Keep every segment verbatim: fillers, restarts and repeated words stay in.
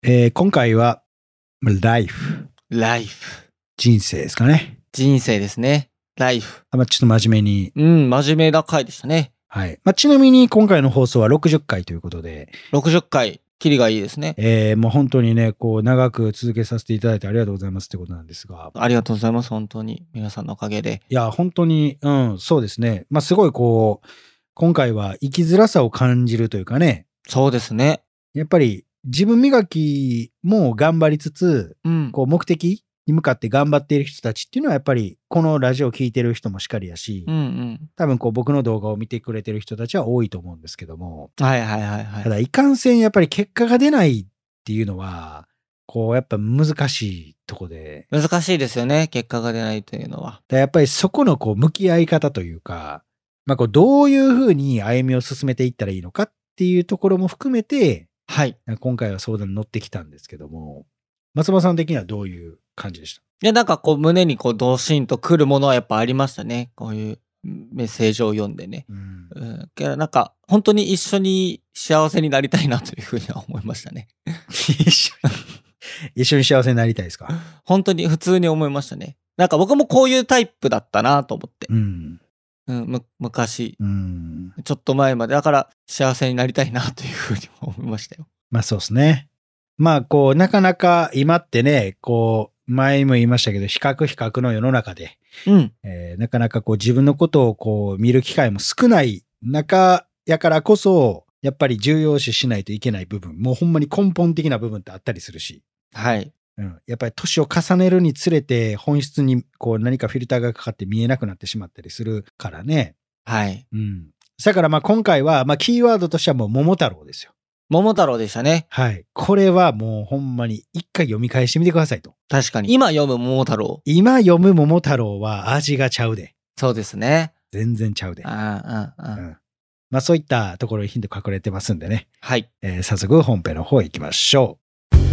えー今回は、ライフ、 ライフ。 人生ですかね。 人生ですね。ライフ。 あまあ、ちょっと真面目に。 うん、真面目な回でしたね。 はい。まあ、ちなみに今回の放送はろくじゅっかいということで、 ろくじゅっかい、キリがいいですね。 えーもう本当にね、こう、長く続けさせていただいてありがとうございますってことなんですが、 ありがとうございます、本当に。皆さんのおかげで。 いや、本当に、うん、そうですね。まあ、すごいこう、今回は生きづらさを感じるというかね、 そうですね。 やっぱり自分磨きも頑張りつつ、 うん。 こう、目的に向かって頑張っている人たちっていうのはやっぱり、このラジオを聞いてる人もしかりやし、 うんうん。 多分こう僕の動画を見てくれてる人たちは多いと思うんですけども、 はいはいはいはい。 ただいかんせんやっぱり結果が出ないっていうのは、こうやっぱ難しいとこで、 難しいですよね、結果が出ないというのは。 だやっぱりそこのこう向き合い方というか、まあこうどういうふうに歩みを進めていったらいいのかっていうところも含めて、 はい。 今回は相談に乗ってきたんですけども、松葉さん的にはどういう感じでした？ いや、なんかこう胸にこうドシンと来るものはやっぱありましたね。こういうメッセージを読んでね。 うんうん。けどなんか本当に一緒に幸せになりたいなというふうには思いましたね。 一緒に一緒に幸せになりたいですか？ 本当に普通に思いましたね。なんか僕もこういうタイプだったなと思って。 うん。 うん、む昔、 うん。 ちょっと前まで。だから幸せになりたいなというふうに思いましたよ。 まあそうですね。まあこう、なかなか今ってね、こう、前にも言いましたけど、比較比較の世の中で、 うん。 えーなかなかこう自分のことをこう見る機会も少ない中やからこそ、やっぱり重要視しないといけない部分、もうほんまに根本的な部分ってあったりするし、 はい。 うん、やっぱり年を重ねるにつれて本質にこう何かフィルターがかかって見えなくなってしまったりするからね。 はい。 うん。だからまあ今回は、まあキーワードとしてはもう桃太郎ですよ。 桃太郎でしたね。 はい。これはもうほんまに一回読み返してみてくださいと。 確かに。今読む桃太郎。 今読む桃太郎は味がちゃうで。 そうですね。 全然ちゃうで。 ああ、ああ、 うん。まあそういったところにヒント隠れてますんでね。 はい。 えー早速本編の方行きましょ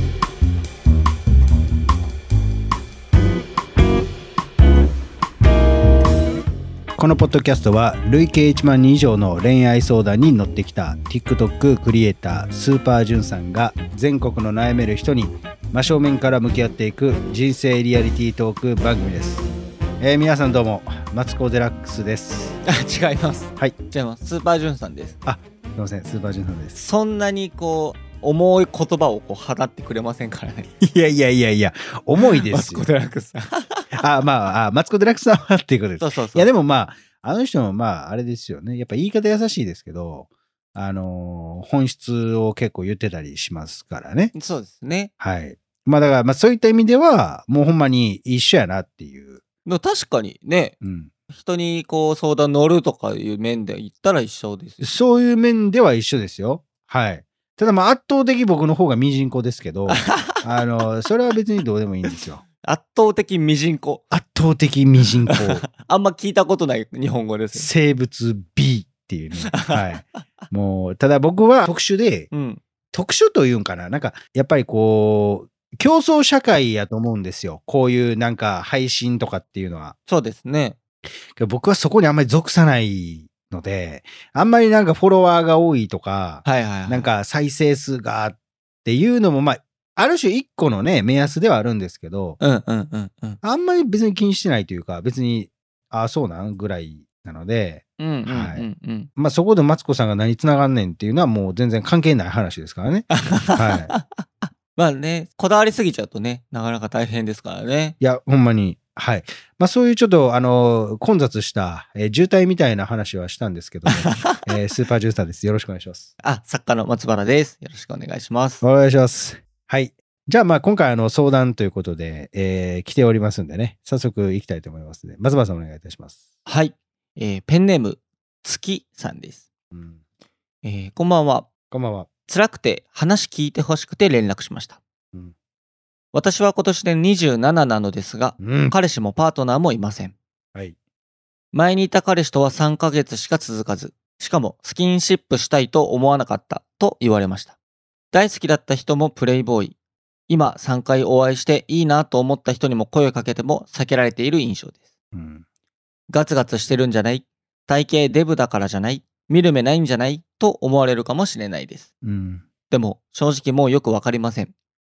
う。このポッドキャストは累計いちまんにん以上の恋愛相談に乗ってきた TikTok クリエイタースーパージュンさんが全国の悩める人に真正面から向き合っていく人生リアリティートーク番組です。えー皆さんどうも、マツコ・デラックスです。 あ、違います。 はい。 違います。スーパージュンさんです。 すいません、スーパージュンさんです。 そんなにこう、重い言葉をこう放ってくれませんからね。 いやいやいやいや、重いですよマツコ・。デラックスさん。 あ、まあ、あマツコ・デラックスさんはっていうことです。 そうそうそう。 いや、でもまあ、あの人もまあ、あれですよね。やっぱ言い方優しいですけど、あのー本質を結構言ってたりしますからね。 そうですね。 はい。まあだから、まあそういった意味では、もうほんまに一緒やなっていう。 でも確かにね、 うん。 人にこう相談乗るとかいう面で言ったら一緒ですよ。 そういう面では一緒ですよ。はい。ただまあ圧倒的僕の方がミジンコですけど、あの、それは別にどうでもいいんですよ。 圧倒的ミジンコ。 圧倒的ミジンコ。 あんま聞いたことない日本語ですよ。 生物 B っていうね。はい。もう、ただ僕は特殊で、 うん。 特殊というんかな。なんか、やっぱりこう、競争社会やと思うんですよ。こういうなんか配信とかっていうのは。 そうですね。 けど僕はそこにあんまり属さないので、あんまりなんかフォロワーが多いとか、 はいはいはい。 なんか再生数がっていうのも、まあ、ある種一個のね、目安ではあるんですけど、 うんうんうんうん。 あんまり別に気にしてないというか、別に、ああ、そうなんぐらいなので、 うんうんうんはいうん。 まあそこでマツコさんが何繋がんねんっていうのはもう全然関係ない話ですからね。はまあね、こだわりすぎちゃうとね、なかなか大変ですからね。 い。いや、ほんまに。はい。まあそういうちょっと、あの、混雑した、えー渋滞みたいな話はしたんですけども、えースーパージュースターです。よろしくお願いします。 あ、作家の松原です。よろしくお願いします。 お願いします。はい。じゃあまあ今回あの相談ということで、えー来ておりますんでね、早速行きたいと思いますので、松原さんお願いいたします。 はい。えーペンネーム、月さんです。 うん。 えーこんばんは。 こんばんは。 辛くて話聞いてほしくて連絡しました。 うん。 私は今年でにじゅうなななのですが、 うん。 彼氏もパートナーもいません。 はい。 前にいた彼氏とはさんかげつしか続かず、しかもスキンシップしたいと思わなかったと言われました。大好きだった人もプレイボーイ。今さんかいお会いしていいなと思った人にも声をかけても避けられている印象です。 うん。 ガツガツしてるんじゃない？体型デブだからじゃない？見る目ないんじゃない？と思われるかもしれないです。 うん。 でも正直もうよくわかりません。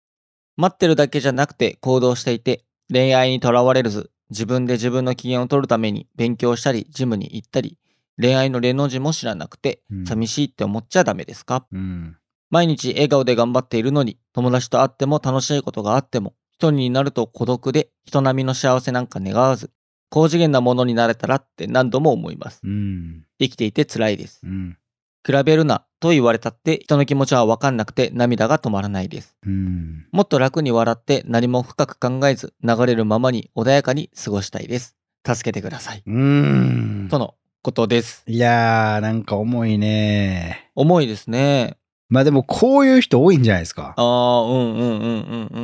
待ってるだけじゃなくて行動していて、恋愛にとらわれず、自分で自分の機嫌を取るために勉強したり、ジムに行ったり、恋愛の例の字も知らなくて、 うん寂しいって思っちゃダメですか？ うん毎日笑顔で頑張っているのに、友達と会っても楽しいことがあっても、一人になると孤独で人並みの幸せなんか願わず、高次元なものになれたらって何度も思います。 うん生きていて辛いです。 うん比べるなと言われたって人の気持ちは分かんなくて涙が止まらないです。 うんもっと楽に笑って何も深く考えず流れるままに穏やかに過ごしたいです。助けてください。 うんとのことです。 いやーなんか重いね。 重いですね。 まあでもこういう人多いんじゃないですか。 ああ、うんうんうんうんうん。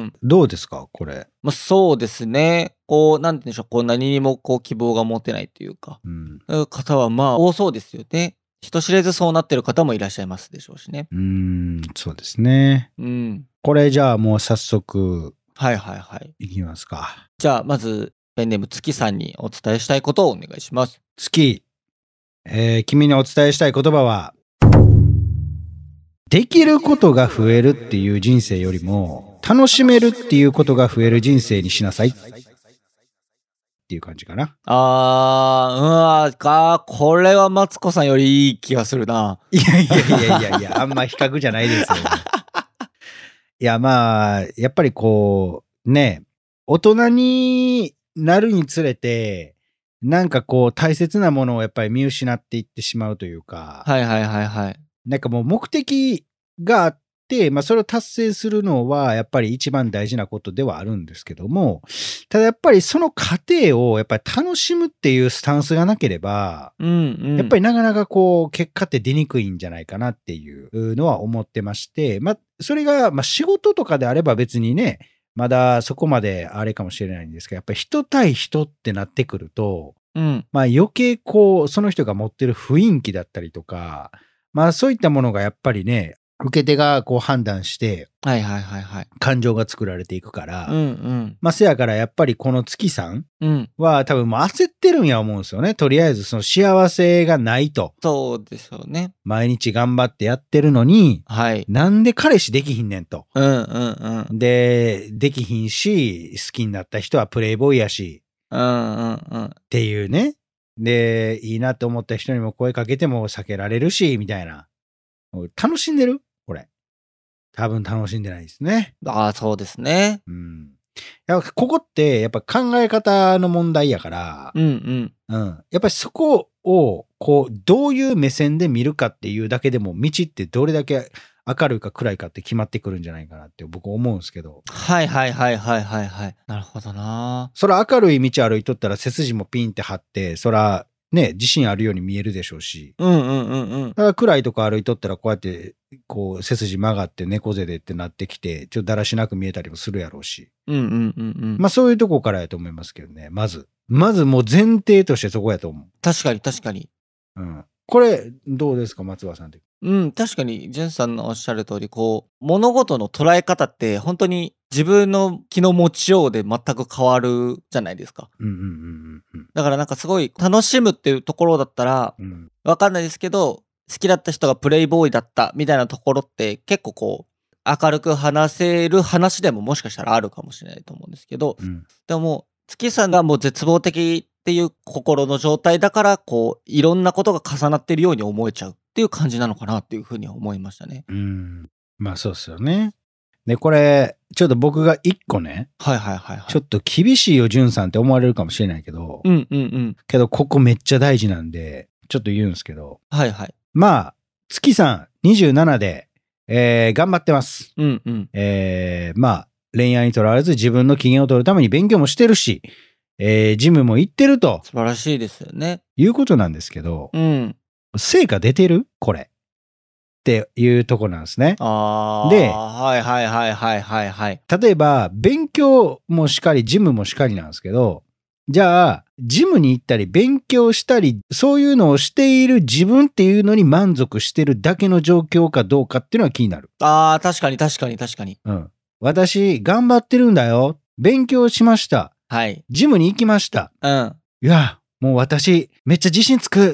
どうですかこれ。 まあ、そうですね。こう、なんて言うんでしょう。こう何にもこう希望が持てないというか、 うんそういう方はまあ多そうですよね。人知れずそうなってる方もいらっしゃいますでしょうしね。 うーんそうですね。 うん。 これじゃあもう早速はいはいはい。 いきますか。 じゃあまずペンネーム月さんにお伝えしたいことをお願いします。 月、えー君にお伝えしたい言葉は、できることが増えるっていう人生よりも楽しめるっていうことが増える人生にしなさいっていう感じかな。 あー、うわーか、これはマツコさんよりいい気がするな。 いやいやいやいやいや、あんま比較じゃないですよ。いやまあやっぱりこうね、大人になるにつれてなんかこう大切なものをやっぱり見失っていってしまうというか、 はいはいはいはい。 なんかもう目的があって、まあそれを達成するのはやっぱり一番大事なことではあるんですけども、ただやっぱりその過程をやっぱり楽しむっていうスタンスがなければ、 うんうん。 やっぱりなかなかこう結果って出にくいんじゃないかなっていうのは思ってまして、まあそれがまあ仕事とかであれば別にね、まだそこまであれかもしれないんですけど、やっぱり人対人ってなってくると、 うん。 まあ余計こうその人が持ってる雰囲気だったりとか、まあそういったものがやっぱりね、受け手がこう判断してはいはいはいはい。 感情が作られていくから、 うんうん。 まあせやからやっぱりこの月さんうん。 は多分もう焦ってるんや思うんですよね。とりあえずその幸せがないと。 そうでしょうね。 毎日頑張ってやってるのに、 はい。 なんで彼氏できひんねんと。 うんうんうん。 で、できひんし、好きになった人はプレイボーイやし、 うんうんうん。 っていうね。で、いいなと思った人にも声かけても避けられるし、みたいな。楽しんでる？これ。多分楽しんでないですね。 ああ、そうですね。 うん。やっぱここってやっぱ考え方の問題やから、 うんうん。 うん。やっぱりそこを、こう、どういう目線で見るかっていうだけでも、道ってどれだけ明るいか暗いかって決まってくるんじゃないかなって僕思うんですけど。 はいはいはいはいはいはい。なるほどな。 そら明るい道歩いとったら背筋もピンって張って、そらね、自信あるように見えるでしょうし。 うんうんうんうん。 だから暗いとこ歩いとったらこうやって、こう背筋曲がって猫背でってなってきて、ちょっとだらしなく見えたりもするやろうし。 うんうんうんうん。 まあそういうとこからやと思いますけどね、まず。まずもう前提としてそこやと思う。 確かに確かに。 うん。これ、どうですか、松葉さんって。 うん、確かに、ジュンさんのおっしゃる通り、こう、物事の捉え方って本当に自分の気の持ちようで全く変わるじゃないですか。 うんうんうんうんだからなんかすごい楽しむっていうところだったら、 うん。うんわかんないですけど、好きだった人がプレイボーイだったみたいなところって結構こう、明るく話せる話でももしかしたらあるかもしれないと思うんですけど、 うんでももう、月さんがもう絶望的っていう心の状態だから、こう、いろんなことが重なってるように思えちゃうっていう感じなのかなっていうふうに思いましたね。 うん。まあそうですよね。で、これ、ちょっと僕が一個ね、 はいはいはいはい。 ちょっと厳しいよ、じゅんさんって思われるかもしれないけど、 うんうんうん。 けどここめっちゃ大事なんで、ちょっと言うんですけど、 はいはい。 まあ、月さんにじゅうななで、えー、頑張ってます。 うんうん。 えー、まあ、恋愛にとらわれず自分の機嫌を取るために勉強もしてるし、えー、ジムも行ってると素晴らしいですよね。 いうことなんですけど、 うん。 成果出てる？これ。っていうとこなんですね。 ああ。 ではいはいはいはいはいはい。 例えば、勉強もしかり、ジムもしかりなんですけど、じゃあ、ジムに行ったり、勉強したり、そういうのをしている自分っていうのに満足してるだけの状況かどうかっていうのは気になる。 ああ、確かに確かに確かに。 うん。私、頑張ってるんだよ。勉強しました。 はい。 ジムに行きました。 うん。 いや、もう私、めっちゃ自信つく。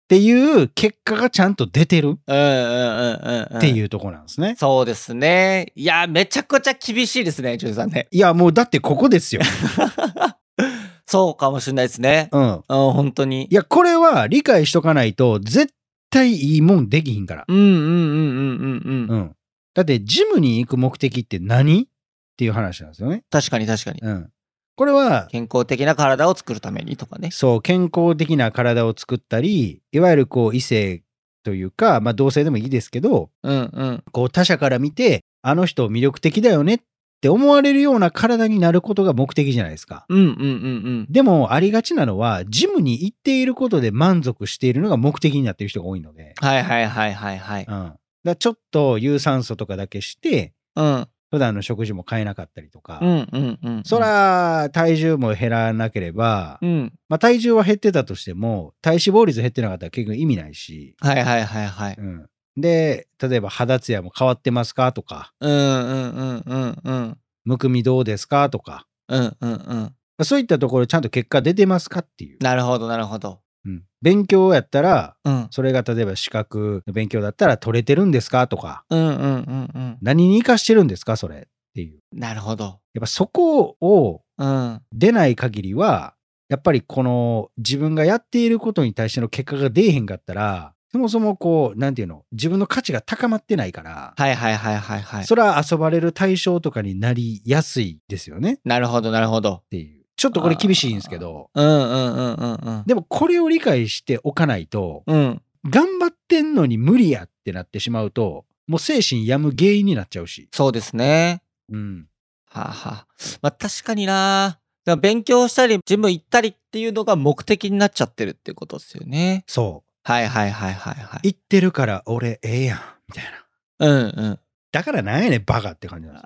っていう結果がちゃんと出てるうんうんうんうんうん。 っていうところなんですね。 そうですね。いや、めちゃくちゃ厳しいですね、ジュンさんね。 いや、もうだってここですよ。 そうかもしれないですね。 うん。 うん、本当に。 いや、これは理解しとかないと絶対いいもんできひんから。 うんうんうんうんうんうん。 うん。だってジムに行く目的って何っていう話なんですよね。 確かに確かに。 うん。これは、 健康的な体を作るためにとかね。 そう、健康的な体を作ったり、いわゆるこう異性というか、まあ同性でもいいですけど、 うんうん。 こう他者から見て、あの人魅力的だよねって思われるような体になることが目的じゃないですか。 うんうんうんうん。 でもありがちなのは、ジムに行っていることで満足しているのが目的になっている人が多いので。 はいはいはいはいはい。 うん。だからちょっと有酸素とかだけして、 うん。 普段の食事も変えなかったりとか。 うんうんうんうん。 そら、体重も減らなければ、 うん。 まあ体重は減ってたとしても、体脂肪率減ってなかったら結局意味ないし。 はいはいはいはい。 うん。で、例えば肌ツヤも変わってますかとか、 うんうんうんうんうん。 むくみどうですかとか、 うんうんうん。 そういったところちゃんと結果出てますかっていう。 なるほどなるほど。 うん、勉強やったら、 うん。 それが例えば資格の勉強だったら取れてるんですかとか、 うんうんうんうん。 何に活かしてるんですかそれっていう。 なるほど。 やっぱそこをうん。 出ない限りは、やっぱりこの自分がやっていることに対しての結果が出えへんかったら、そもそもこう、なんていうの、自分の価値が高まってないから、 はいはいはいはいはい。 それは遊ばれる対象とかになりやすいですよねっなるほどなるほど。 ていう。ちょっとこれ厳しいんですけど、 うんうんうんうんうん。 でもこれを理解しておかないと、 うん。 頑張ってんのに無理やってなってしまうと、もう精神病む原因になっちゃうし。 そうですね。 うん。 はあ、はあ、まあ確かにな。でも勉強したり、ジム行ったりっていうのが目的になっちゃってるってことですよね。 そはいはいはいはいはい。 う。行ってるから俺ええやん。みたいな。 うんうん。 だからなんやねんバカって感じなんです。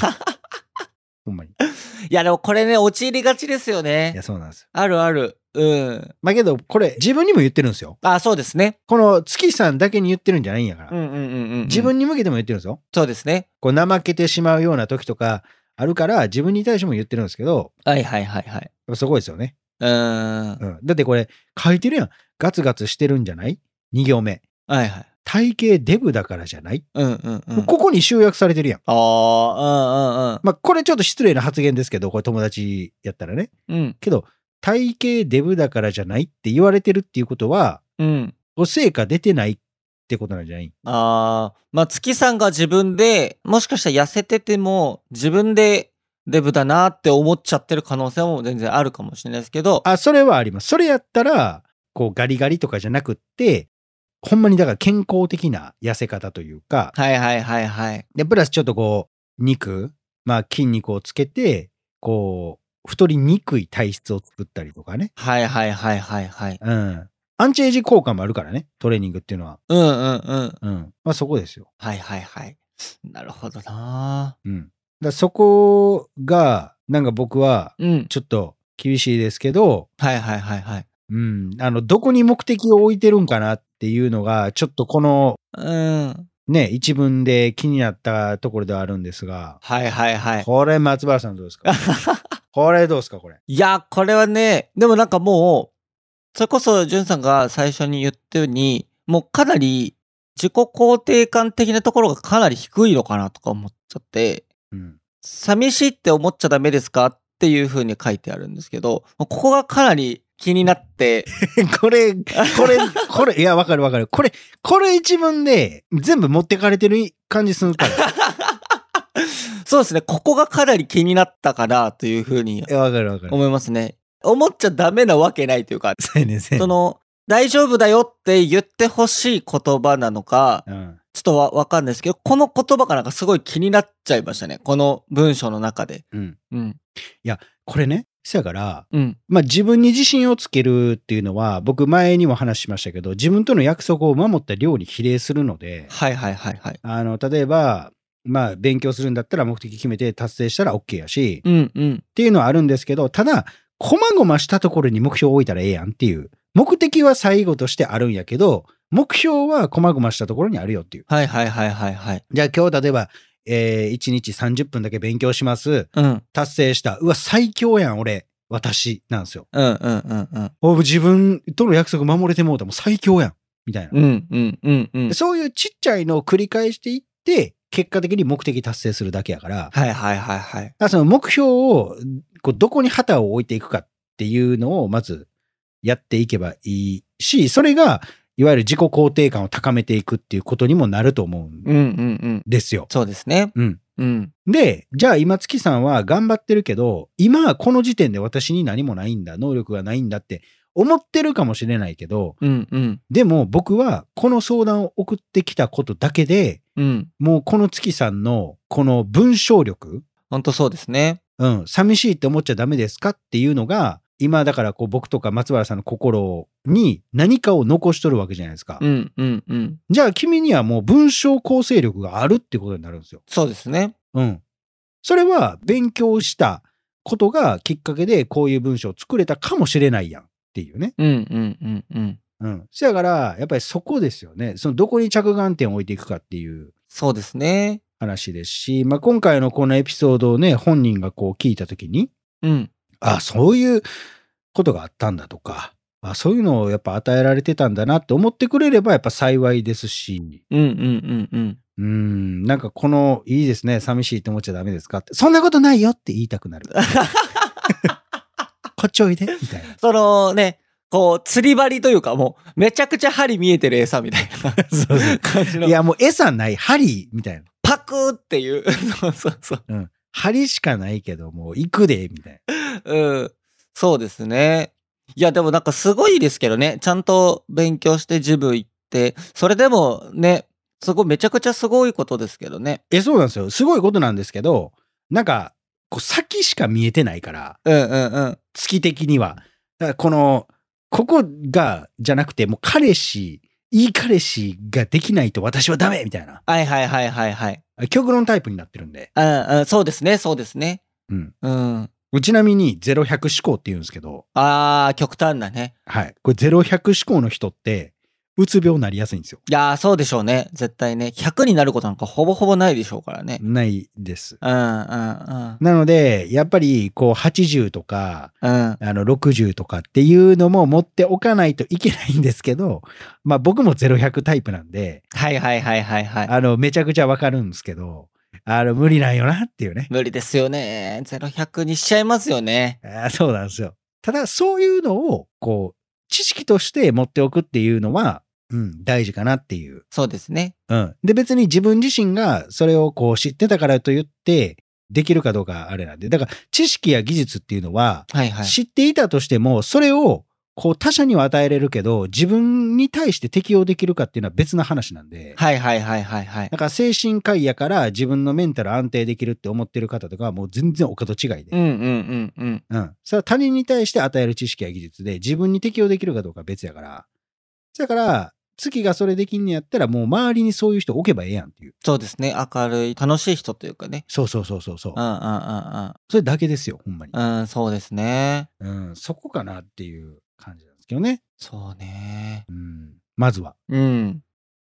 ほんまに。 いやでもこれね、陥りがちですよね。 いや、そうなんです。 あるある。うん。 まあけど、これ自分にも言ってるんですよ。 あ、そうですね。 この月さんだけに言ってるんじゃないんやから。 うんうんうんうん、うん。 自分に向けても言ってるんですよ。 そうですね。 こう怠けてしまうような時とかあるから自分に対しても言ってるんですけど、 はいはいはいはい。 やっぱそこですよね。 うーん。 うん。だってこれ書いてるやん。ガツガツしてるんじゃない ?に 行目。 はいはい。 体型デブだからじゃないうんうんうん。 ここに集約されてるやん。 ああ、うんうんうん。 まあこれちょっと失礼な発言ですけど、これ友達やったらね。 うん。 けど、体型デブだからじゃないって言われてるっていうことは、 うん。 お成果出てないってことなんじゃない？ ああ、まあ月さんが自分で、もしかしたら痩せてても、自分でデブだなって思っちゃってる可能性も全然あるかもしれないですけど。 あ、それはあります。それやったら、こうガリガリとかじゃなくって、ほんまにだから健康的な痩せ方というか、 はいはいはいはい。 で、プラスちょっとこう、肉、まあ筋肉をつけて、こう、太りにくい体質を作ったりとかね。 はいはいはいはいはい。 うん。アンチエイジ効果もあるからね、トレーニングっていうのは。 うんうんうん。 うん。まあそこですよ。 はいはいはい。なるほどな。 うん。だからそこが、なんか僕は、 うん。 ちょっと厳しいですけど、 はいはいはいはい。 うん。あの、どこに目的を置いてるんかなっていうのが、ちょっとこの、 うん。 ね、一文で気になったところではあるんですが、 はいはいはい。 これ松原さんどうですか？これどうですかこれ。 いや、これはね、でもなんかもう、それこそ、じゅんさんが最初に言ったように、もうかなり自己肯定感的なところがかなり低いのかなとか思っちゃって、 うん、 寂しいって思っちゃダメですかっていう風に書いてあるんですけど、ここがかなり気になって。 これ、これ、これ、いや、わかるわかる。これ、これ一文で全部持ってかれてる感じするから。 そうですね。ここがかなり気になったかなという風にわかるわかる。 思いますね。思っちゃダメなわけないというか、 そうやねんそうやねんその、大丈夫だよって言ってほしい言葉なのか、 うん、 ちょっとわ、わかんないですけど、この言葉がなんかすごい気になっちゃいましたね。この文章の中で。 うん。 うん。 いや、これね、そやから、 うん。 まあ自分に自信をつけるっていうのは、僕前にも話しましたけど、自分との約束を守った量に比例するので、 はいはいはいはい。 あの、例えば、まあ勉強するんだったら目的決めて達成したら OK やし、 うんうん。 っていうのはあるんですけど、ただ、こまごましたところに目標を置いたらええやんっていう。目的は最後としてあるんやけど、目標はこまごましたところにあるよっていう。 はいはいはいはいはい。 じゃあ今日例えば、えー、いちにちさんじゅっぷんだけ勉強します。 うん。 達成した。うわ、最強やん、俺。 私なんですよ。 うんうんうんうん。 お自分との約束守れてもうたらもう最強やんみたいな、 うんうんうんうん。 そういうちっちゃいのを繰り返していって結果的に目的達成するだけやから、 はいはいはいはい。 だからその目標をこうどこに旗を置いていくかっていうのをまずやっていけばいいし、それがいわゆる自己肯定感を高めていくっていうことにもなると思うんうんうんうん。 ですよ。 そうですね。 うん。 うん。 で、じゃあ今月さんは頑張ってるけど、今この時点で私に何もないんだ、能力がないんだって思ってるかもしれないけど、 うんうん。 でも僕はこの相談を送ってきたことだけで、 うん。 もうこの月さんのこの文章力、 本当そうですね。 うん、寂しいって思っちゃダメですかっていうのが、今だからこう僕とか松原さんの心に何かを残しとるわけじゃないですか。 うんうんうん。 じゃあ君にはもう文章構成力があるってことになるんですよ。 そうですね。 うん。それは勉強したことがきっかけでこういう文章を作れたかもしれないやんっていうね。 うんうんうんうん。 うん。そやからやっぱりそこですよね。そのどこに着眼点を置いていくかっていうそうですね。 話ですし、まあ、今回のこのエピソードをね、本人がこう聞いたときに、 うん。 あ、そういうことがあったんだとか、あ、そういうのをやっぱ与えられてたんだなって思ってくれればやっぱ幸いですし、 うんうんうんうん。 うーん、なんかこの、いいですね、寂しいって思っちゃダメですかって、そんなことないよって言いたくなる。こっちおいでみたいな。 そのね、こう、釣り針というかもう、めちゃくちゃ針見えてる餌みたいなそうそう感じの。 いやもう餌ない針みたいな。 パクーっていう。そうそうそう。 うん。針しかないけどもう行くでみたいな。 うん。そうですね。いや、でもなんかすごいですけどね。ちゃんと勉強してジム行って、それでもね、すごい、めちゃくちゃすごいことですけどね。 え、そうなんですよ。すごいことなんですけど、なんか、こう先しか見えてないから、 うんうんうん。 月的には。だからこの、ここが、じゃなくて、もう彼氏、いい彼氏ができないと私はダメみたいな。 はいはいはいはいはい。 極論タイプになってるんで。 うんうん、そうですね、そうですね。 うん。 うん。 ちなみにゼロひゃく思考って言うんですけど、 あー、極端なね。 はい。これゼロひゃく思考の人って、うつ病になりやすいんですよ。 いやー、そうでしょうね。絶対ね。ひゃくになることなんかほぼほぼないでしょうからね。 ないです。 うんうんうん。 なので、やっぱり、こう、はちじゅうとか、 うん。 あの、ろくじゅうとかっていうのも持っておかないといけないんですけど、まあ僕もゼロひゃくタイプなんで、 はいはいはいはいはい。 あの、めちゃくちゃわかるんですけど、あの、無理なんよなっていうね。 無理ですよね。ゼロひゃくにしちゃいますよね。 あそうなんですよ。ただ、そういうのを、こう、知識として持っておくっていうのは、うん、大事かなっていう。 そうですね。 うん。で、別に自分自身がそれをこう知ってたからといって、できるかどうかあれなんで。だから、知識や技術っていうのは、 はいはい。 知っていたとしても、それを、こう他者には与えれるけど、自分に対して適用できるかっていうのは別の話なんで。 はいはいはいはいはい。 だから精神科医やから自分のメンタル安定できるって思ってる方とかはもう全然お門違いで。 うんうんうんうん。 うん。それは他人に対して与える知識や技術で自分に適用できるかどうかは別やから。だから、月がそれできんねやったらもう周りにそういう人置けばええやんっていう。 そうですね。明るい、楽しい人というかね。 そうそうそうそうそう。 うんうんうんうん。 それだけですよ、ほんまに。 うん、そうですね。 うん、そこかなっていう感じなんですけどね。 そうね。 うん。まずは。 うん。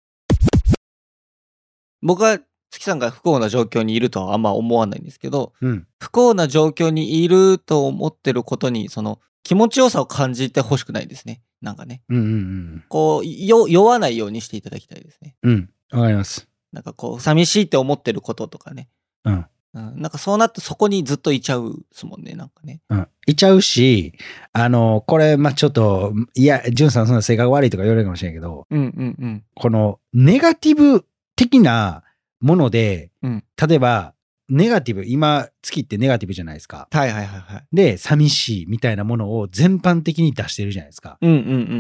僕は月さんが不幸な状況にいるとはあんま思わないんですけど、 うん。 不幸な状況にいると思ってることに、その気持ちよさを感じてほしくないですね。なんかね。 うんうんうん。 こう、よ、酔わないようにしていただきたいですね。 うん。わかります。 なんかこう、寂しいって思ってることとかね。 うん。 うん、なんかそうなってそこにずっといちゃうですもんね、なんかね。 うん。いちゃうし、あの、これ、まあ、ちょっと、いや、ジュンさんそんな性格悪いとか言われるかもしれんけど、 うんうんうん。 この、ネガティブ的なもので、 うん。 例えば、ネガティブ、今、月ってネガティブじゃないですか。 はいはいはいはい。 で、寂しいみたいなものを全般的に出してるじゃないですか。 うんうんうん。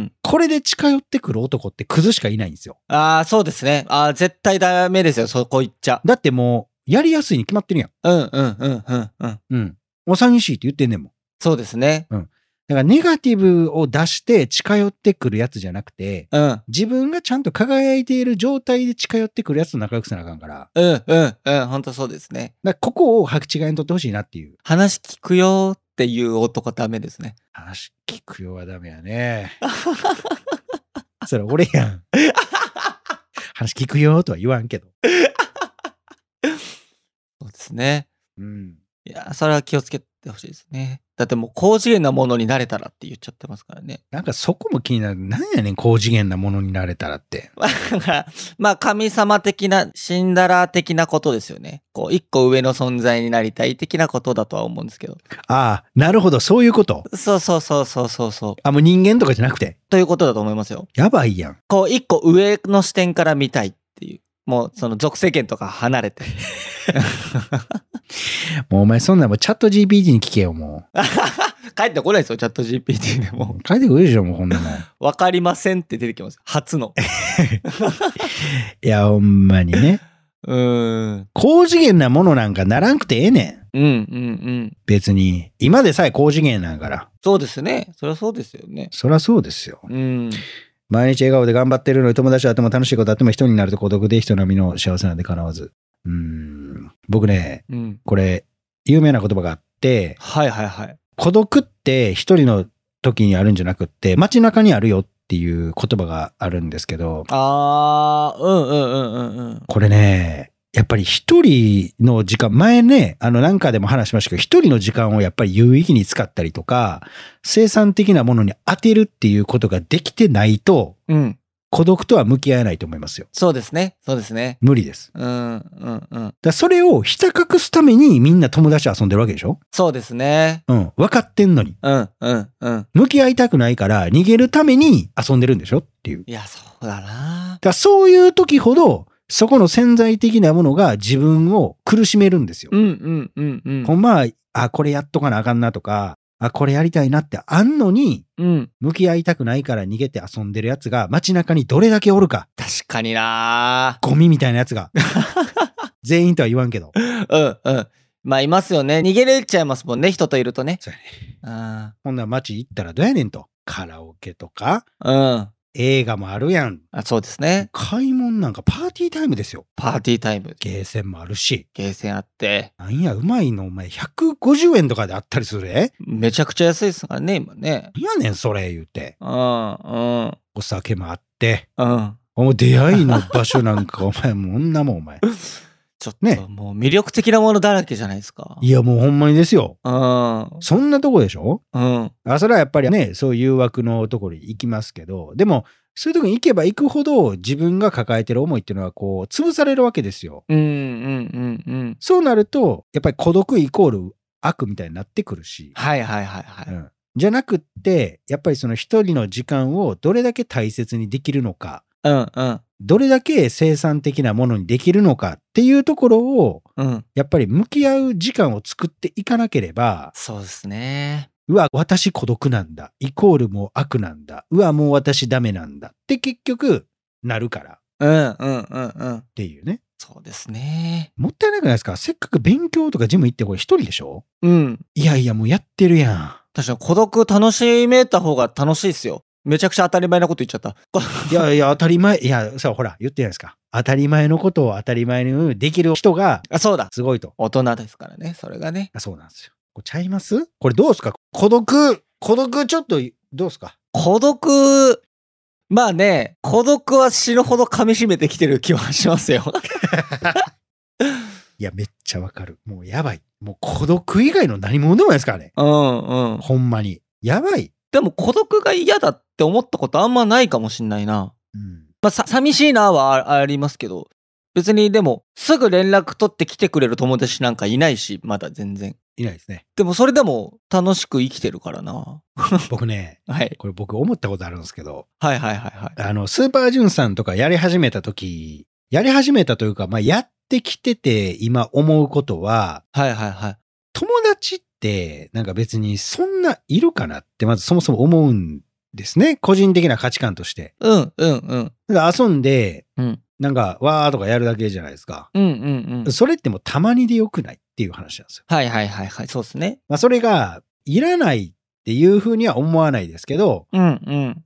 これで近寄ってくる男ってクズしかいないんですよ。 ああ、そうですね。ああ、絶対ダメですよ、そこ行っちゃ。 だってもう、やりやすいに決まってるやん。 うんうんうんうんうん。 うん。お寂しいって言ってんねんもん。 そうですね。 うん。だからネガティブを出して近寄ってくるやつじゃなくて、 うん。 自分がちゃんと輝いている状態で近寄ってくるやつと仲良くせなあかんから。 うんうんうん。ほんとそうですね。 だからここを履き違いにとってほしいなっていう。 話聞くよっていう男ダメですね。 話聞くよはダメやね。それ俺やん。話聞くよとは言わんけど。 そうですね。 うん。 いや、それは気をつけてほしいですね。 だってもう高次元なものになれたらって言っちゃってますからね。 なんかそこも気になる。なんやねん、高次元なものになれたらって。 だからまあ神様的な、死んだら的なことですよね。こう一個上の存在になりたい的なことだとは思うんですけど。 ああ、なるほど、そういうこと。 そうそうそうそうそうそう。 あ、もう人間とかじゃなくて。 ということだと思いますよ。 やばいやん。 こう一個上の視点から見たいっていう。もうその属性圏とか離れて。 もうお前そんなもうチャット ジーピーティー に聞けよ、もう。 帰ってこないですよ、チャット ジーピーティー でも。 帰ってくるでしょ、もうこんなもん。 わかりませんって出てきます。初の。 いや、ほんまにね。 うーん。 高次元なものなんかならんくてええねん。 うんうんうん。 別に。今でさえ高次元なんから。 そうですね。そりゃそうですよね。 そりゃそうですよ。 うん。 毎日笑顔で頑張ってるのに友達と会っても楽しいことあっても人になると孤独で人並みの幸せなんで叶わず。うーん。僕ね、 うん、 これ、有名な言葉があって、 はいはいはい。 孤独って一人の時にあるんじゃなくって街中にあるよっていう言葉があるんですけど、 あー、うんうんうんうんうん。 これね、やっぱり一人の時間、前ね、あのなんかでも話しましたけど、一人の時間をやっぱり有意義に使ったりとか、生産的なものに当てるっていうことができてないと、 うん。 孤独とは向き合えないと思いますよ。 そうですね。そうですね。 無理です。 うんうんうん。 だそれをひた隠すためにみんな友達と遊んでるわけでしょ？ そうですね。 うん。分かってんのに。 うんうんうん。 向き合いたくないから逃げるために遊んでるんでしょっていう。 いや、そうだな。 だからそういう時ほど、そこの潜在的なものが自分を苦しめるんですよ。 うんうんうんうん。 ほんまは、あ、これやっとかなあかんなとか、あ、これやりたいなってあんのに、 うん。 向き合いたくないから逃げて遊んでるやつが街中にどれだけおるか。 確かにな。 ゴミみたいなやつが。全員とは言わんけど。 うんうん。まあいますよね。逃げれちゃいますもんね、人といるとね。 そうやね。 あほんなら街行ったらどうやねんと。カラオケとか、 うん。 映画もあるやん。 あ、そうですね。 買い物なんかパーティータイムですよ。 パーティータイム。 ゲーセンもあるし。 ゲーセンあって。 なんや、うまいのお前ひゃくごじゅうえんとかであったりするで。 めちゃくちゃ安いですからね、今ね。 なんやねんそれ言うて。 うん、うん。 お酒もあって。 うん。 お前出会いの場所なんかお前もう女もんお前。 ちょっともう魅力的なものだらけじゃないですか。 いやもうほんまにですよ。 うん。 そんなとこでしょ？ うん。 あ、それはやっぱりね、そういう誘惑のところに行きますけど、でも、そういうとこに行けば行くほど自分が抱えてる思いっていうのはこう潰されるわけですよ。 うんうんうんうん。 そうなると、やっぱり孤独イコール悪みたいになってくるし。 はいはいはいはい。 うん、じゃなくって、やっぱりその一人の時間をどれだけ大切にできるのか。 うんうん。 どれだけ生産的なものにできるのかっていうところを、 うん、 やっぱり向き合う時間を作っていかなければ、 そうですね。 うわ、私孤独なんだ。イコールもう悪なんだ。うわ、もう私ダメなんだ。って結局、なるから。 うんうんうんうん。 っていうね。 そうですね。 もったいなくないですか？せっかく勉強とかジム行ってこれ一人でしょ？ うん。 いやいや、もうやってるやん。 確かに孤独楽しめた方が楽しいですよ。めちゃくちゃ当たり前なこと言っちゃった。 いやいや、当たり前。いや、さ、ほら、言ってないですか。当たり前のことを当たり前にできる人が、 あ、そうだ。 すごいと。 大人ですからね、それがね。 あ、そうなんですよ。これちゃいます？これどうですか？孤独、孤独ちょっと、どうですか？ 孤独、まあね、孤独は死ぬほど噛み締めてきてる気はしますよ。 いや、めっちゃわかる。もうやばい。もう孤独以外の何者でもないですからね。 うんうん。 ほんまに。やばい。 でも孤独が嫌だって思ったことあんまないかもしんないな。 うん。 まあ、さ、寂しいなは あ, ありますけど、別にでも、すぐ連絡取って来てくれる友達なんかいないし、まだ全然。 いないですね。 でもそれでも楽しく生きてるからな。 僕ね、 はい。 これ僕思ったことあるんですけど、 はいはいはいはい。 あの、スーパージュンさんとかやり始めた時、やり始めたというか、まあ、やってきてて今思うことは、 はいはいはい。 友達ってなんか別にそんないるかなってまずそもそも思うんですね。個人的な価値観として。 うんうんうん。 だから遊んで、 うん。 なんか、わーとかやるだけじゃないですか。 うんうんうん。 それってもうたまにでよくないっていう話なんですよ。 はいはいはいはい。そうですね。 まあ、それが、いらないっていうふうには思わないですけど、 うんうん。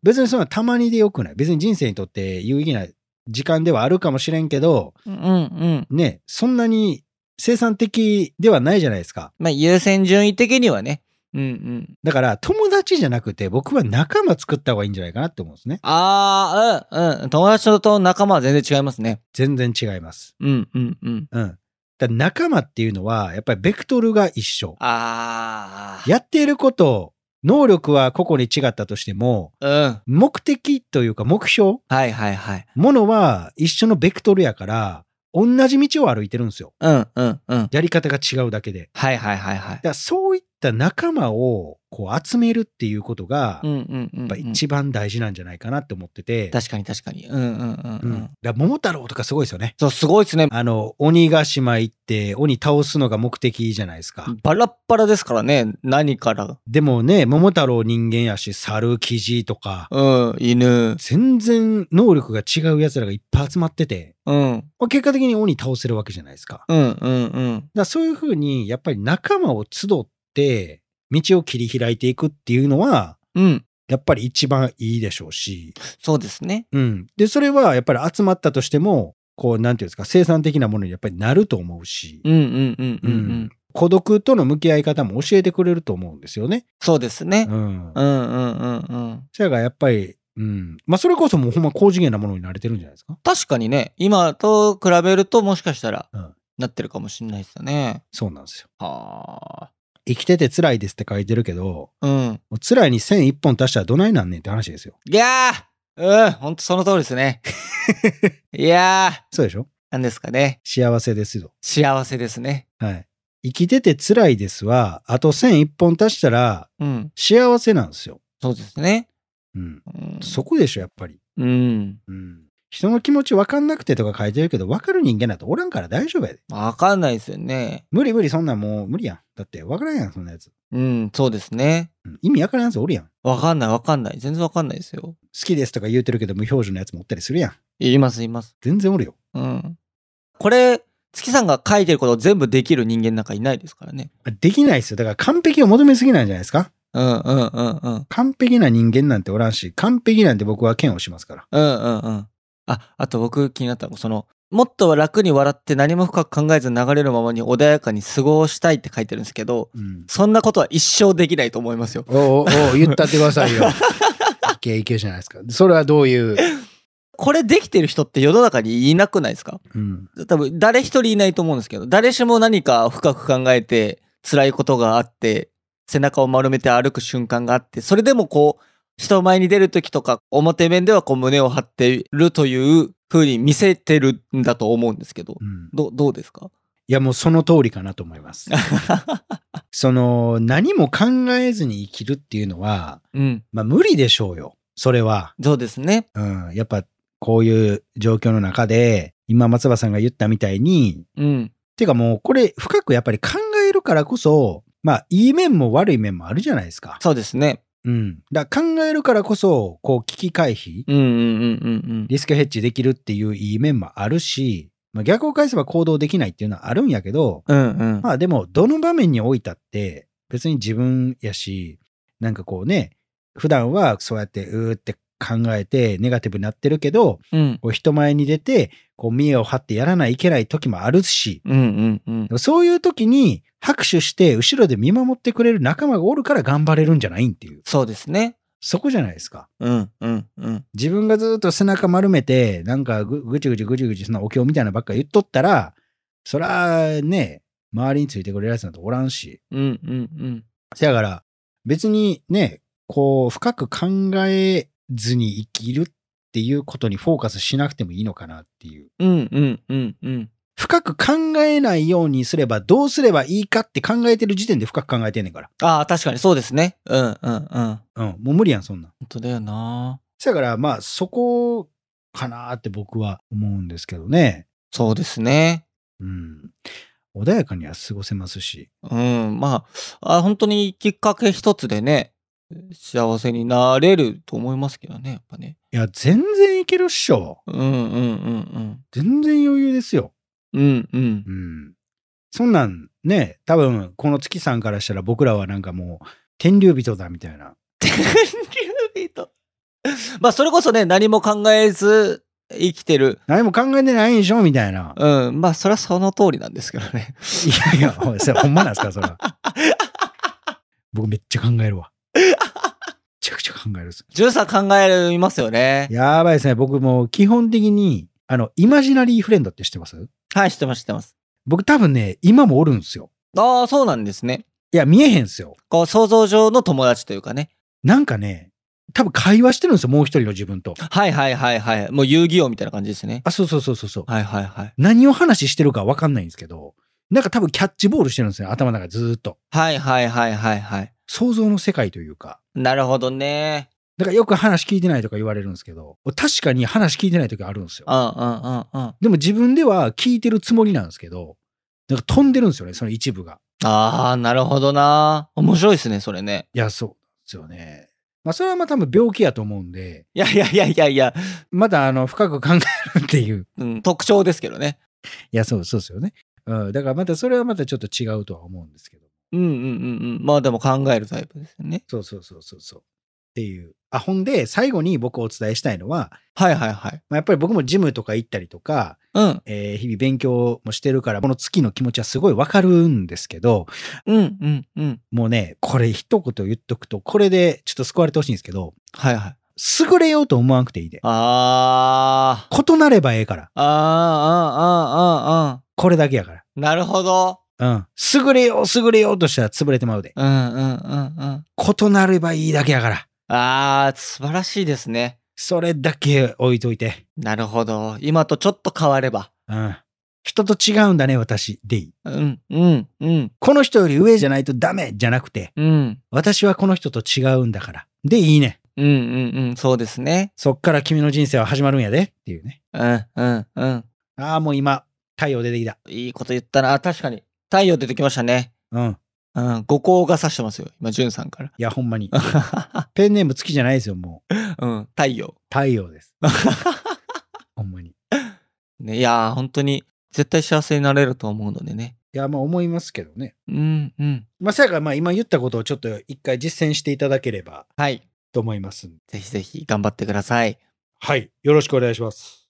別にそんなたまにでよくない。別に人生にとって有意義な時間ではあるかもしれんけど、 うんうん。 ね、そんなに生産的ではないじゃないですか。 まあ優先順位的にはね。うんうん。 だから友達じゃなくて僕は仲間作った方がいいんじゃないかなって思うんですね。 ああ、うんうん。友達と仲間は全然違いますね。 全然違います。 うんうんうん。 うん。 だから仲間っていうのは、やっぱりベクトルが一緒。 ああ。 やっていること、能力は個々に違ったとしても、 うん。 目的というか目標、 はいはいはい。 ものは一緒のベクトルやから、同じ道を歩いてるんですよ。 うんうんうん。 やり方が違うだけで。 はいはいはいはい。 だからそういった仲間をこう集めるっていうことが、 うんうんうんうん、 やっぱ一番大事なんじゃないかなって思ってて。 確かに確かに。うんうんうんうん。 うん、だから桃太郎とかすごいですよね。 そう、すごいですね。 あの、鬼ヶ島行って鬼倒すのが目的じゃないですか。 バラッバラですからね、何から。 でもね、桃太郎人間やし、猿、キジとか、 うん、犬。 全然能力が違う奴らがいっぱい集まってて、 うん。 結果的に鬼倒せるわけじゃないですか。 うんうんうん。だからそういうふうに、やっぱり仲間を集って、道を切り開いていくっていうのは、 うん。 やっぱり一番いいでしょうし。 そうですね。 うん。で、それはやっぱり集まったとしても、こう、なんていうんですか、生産的なものにやっぱりなると思うし。 うんうんうんうん、うん。 孤独との向き合い方も教えてくれると思うんですよね。 そうですね。 うん。 うんうんうんうん。 それがやっぱり、うん。まあ、それこそもうほんま高次元なものに慣れてるんじゃないですか。 確かにね、今と比べるともしかしたら、 うん、 なってるかもしれないですよね。 そうなんですよ。 はあ。 生きてて辛いですって書いてるけど、 うん。 もう辛いに線一本足したらどないなんねんって話ですよ。 いやー、うん、ほんとその通りですね。いやー。 そうでしょ？ なんですかね。 幸せですよ。 幸せですね。 はい。生きてて辛いですは、あと線一本足したら、うん、幸せなんですよ。 そうですね。 うん。うん、そこでしょ、やっぱり。 うん。 うん。人の気持ち分かんなくてとか書いてるけど、分かる人間だとおらんから大丈夫やで。 分かんないですよね。 無理無理、そんなんもう無理やん。だって分からんやん、そんなやつ。 うん、そうですね。 うん、意味分からんやつおるやん。 分かんない分かんない。全然分かんないですよ。好きですとか言うてるけど無表情のやつもおったりするやん。 言います言います。 全然おるよ。 うん。これ、月さんが書いてることを全部できる人間なんかいないですからね。 できないですよ。だから完璧を求めすぎなんじゃないですか。 うんうんうんうん。 完璧な人間なんておらんし、完璧なんて僕は嫌悪しますから。 うんうんうん。あ、あと僕気になったのその、もっと楽に笑って何も深く考えず流れるままに穏やかに過ごしたいって書いてるんですけど、うん、そんなことは一生できないと思いますよ。 おおお言ったってくださいよ。いけいけじゃないですか。それはどういう。 これできてる人って世の中にいなくないですか？うん、多分誰一人いないと思うんですけど、誰しも何か深く考えて辛いことがあって、背中を丸めて歩く瞬間があって、それでもこう、人前に出るときとか、表面ではこう胸を張ってるという風に見せてるんだと思うんですけど、うん、ど, どうですか？ いやもうその通りかなと思います。その何も考えずに生きるっていうのは、うん、まあ無理でしょうよ。それは。 そうですね。 うん、やっぱこういう状況の中で、今松葉さんが言ったみたいに、うん、てかもうこれ深くやっぱり考えるからこそ、まあいい面も悪い面もあるじゃないですか。 そうですね。 うん。だから考えるからこそ、こう危機回避、うんうんうんうん、リスクヘッジできるっていういい面もあるし、まあ、逆を返せば行動できないっていうのはあるんやけど、うんうん、まあでもどの場面においたって別に自分やし、なんかこうね、普段はそうやってうーって考えてネガティブになってるけど、うん、こう人前に出てこう見栄を張ってやらないといけない時もあるし、うんうんうん、そういう時に拍手して後ろで見守ってくれる仲間がおるから頑張れるんじゃないんっていう。 そうですね。 そこじゃないですか。 うんうんうん。 自分がずっと背中丸めて、なんかぐぐちぐちぐちぐちそんなお経みたいなばっか言っとったら、そらね、周りについてくれるやつなんておらんし。 うんうんうん。 せやから別にね、こう深く考えずに生きるっていうことにフォーカスしなくてもいいのかなっていう。 うんうんうんうん。 深く考えないようにすればどうすればいいかって考えてる時点で深く考えてんねんから。 ああ、確かにそうですね。うんうんうん。 うん、もう無理やん、そんなん。 本当だよな。 だからまあそこかなって僕は思うんですけどね。 そうですね。 うん。穏やかには過ごせますし。 うん、まあ、あ、本当にきっかけ一つでね、幸せになれると思いますけどね、やっぱね。 いや、全然いけるっしょ。 うんうんうんうん。 全然余裕ですよ。 うんうん。 うん。そんなんね、多分この月さんからしたら僕らはなんかもう天竜人だみたいな。 天竜人。まあそれこそね、何も考えず生きてる。 何も考えてないんでしょみたいな。 うん。まあそれはその通りなんですけどね。 いやいや、それほんまなんですかそれは。僕めっちゃ考えるわ。めちゃくちゃ考えるっす。 じゅんさん考えますよね。 やばいですね。僕も基本的にあのイマジナリーフレンドって知ってます？ はい、知ってます知ってます。 僕多分ね、今もおるんですよ。 ああ、そうなんですね。 いや、見えへんすよ。 こう、想像上の友達というかね。 なんかね、多分会話してるんですよ、もう一人の自分と。 はいはいはいはい。もう遊戯王みたいな感じですね。 あ、そうそうそうそうそう。 はいはいはい。 何を話してるか分かんないんですけど、なんか多分キャッチボールしてるんですよ、頭の中でずーっと。 はいはいはいはいはい。 想像の世界というか。 なるほどね。 だからよく話聞いてないとか言われるんですけど、確かに話聞いてない時あるんですよ。 うんうんうんうん。 でも自分では聞いてるつもりなんですけど、なんか飛んでるんですよね、その一部が。 ああ、なるほどな。面白いですね、それね。 いや、そうですよね。まあ、それはまあ多分病気やと思うんで、 いやいやいやいやいや、 まだあの、深く考えるっていう。 うん、特徴ですけどね。 いや、そう、そうですよね。うん。だからまたそれはまたちょっと違うとは思うんですけど。 うんうんうんうん。まあでも考えるタイプですよね。 そうそうそうそうそう。っていう。あ、ほんで、最後に僕お伝えしたいのは、 はいはいはい。 まあ、やっぱり僕もジムとか行ったりとか、 うん。 えー日々勉強もしてるから、この月の気持ちはすごいわかるんですけど、 うんうんうん。 もうね、これ一言言っとくと、これでちょっと救われてほしいんですけど、 はいはい。 優れようと思わなくていいで。 あ異なればええから。 あ。ああ、ああ、ああ、ああ。 これだけやから。 なるほど。 うん。優れよう、優れようとしたら潰れてまうで。 うんうんうんうん。 異なればいいだけやから。 ああ、素晴らしいですね。 それだけ置いといて。 なるほど。今とちょっと変われば。 うん。人と違うんだね、私。でいい。 うんうんうんこの人より上じゃないとダメじゃなくて、 うん私はこの人と違うんだから。でいいね。 うんうんうん。そうですね。 そっから君の人生は始まるんやでっていうね。 うんうんうん。 ああ、もう今、太陽出てきた。 いいこと言ったな。あ、確かに。太陽出てきましたね。 うん。 うん。五光が差してますよ。今、じゅんさんから。 いや、ほんまに。ペンネーム月じゃないですよ、もう。 うん。太陽。 太陽です。ほんまに。いね、いやー、本当に、絶対幸せになれると思うのでね。 や、まあ思いますけどね。 うんうん。 まあ、さやかまあ今言ったことをちょっと一回実践していただければはい。 と思います。 ぜひぜひ頑張ってください。 はい。よろしくお願いします。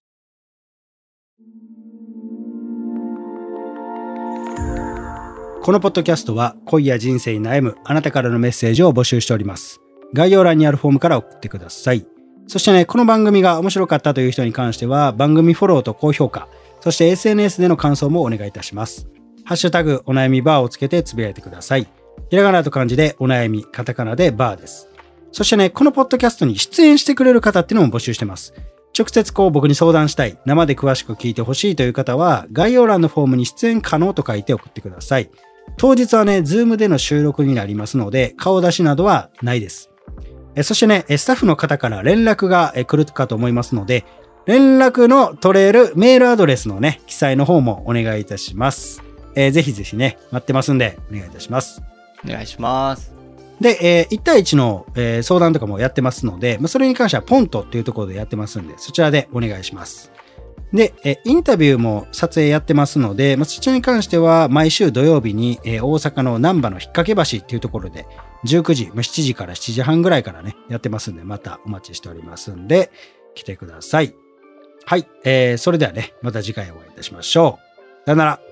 このポッドキャストは恋や人生に悩むあなたからのメッセージを募集しております。概要欄にあるフォームから送ってください。そしてね、この番組が面白かったという人に関しては番組フォローと高評価、そして エスエヌエス での感想もお願いいたします。ハッシュタグお悩みバーをつけてつぶやいてください。ひらがなと漢字でお悩み、カタカナでバーです。そしてね、このポッドキャストに出演してくれる方っていうのも募集してます。直接こう僕に相談したい、生で詳しく聞いてほしいという方は概要欄のフォームに出演可能と書いて送ってください。当日はね、ズームでの収録になりますので、顔出しなどはないです。えそしてね、スタッフの方から連絡が来るかと思いますので、連絡の取れるメールアドレスのね、記載の方もお願いいたします。えー、ぜひぜひね、待ってますんで、お願いいたします。 お願いします。 で、えー、いち対いちの、えー、相談とかもやってますので、まあ、それに関してはポントっていうところでやってますんで、そちらでお願いします。で、えー、インタビューも撮影やってますので、まあ、そちらに関しては毎週土曜日に、えー、大阪の難波の引っ掛け橋っていうところでじゅうくじ、まあ、しちじからしちじはんぐらいからね、やってますんで、またお待ちしておりますんで、来てください。はい、えー、それではね、また次回お会いいたしましょう。さよなら。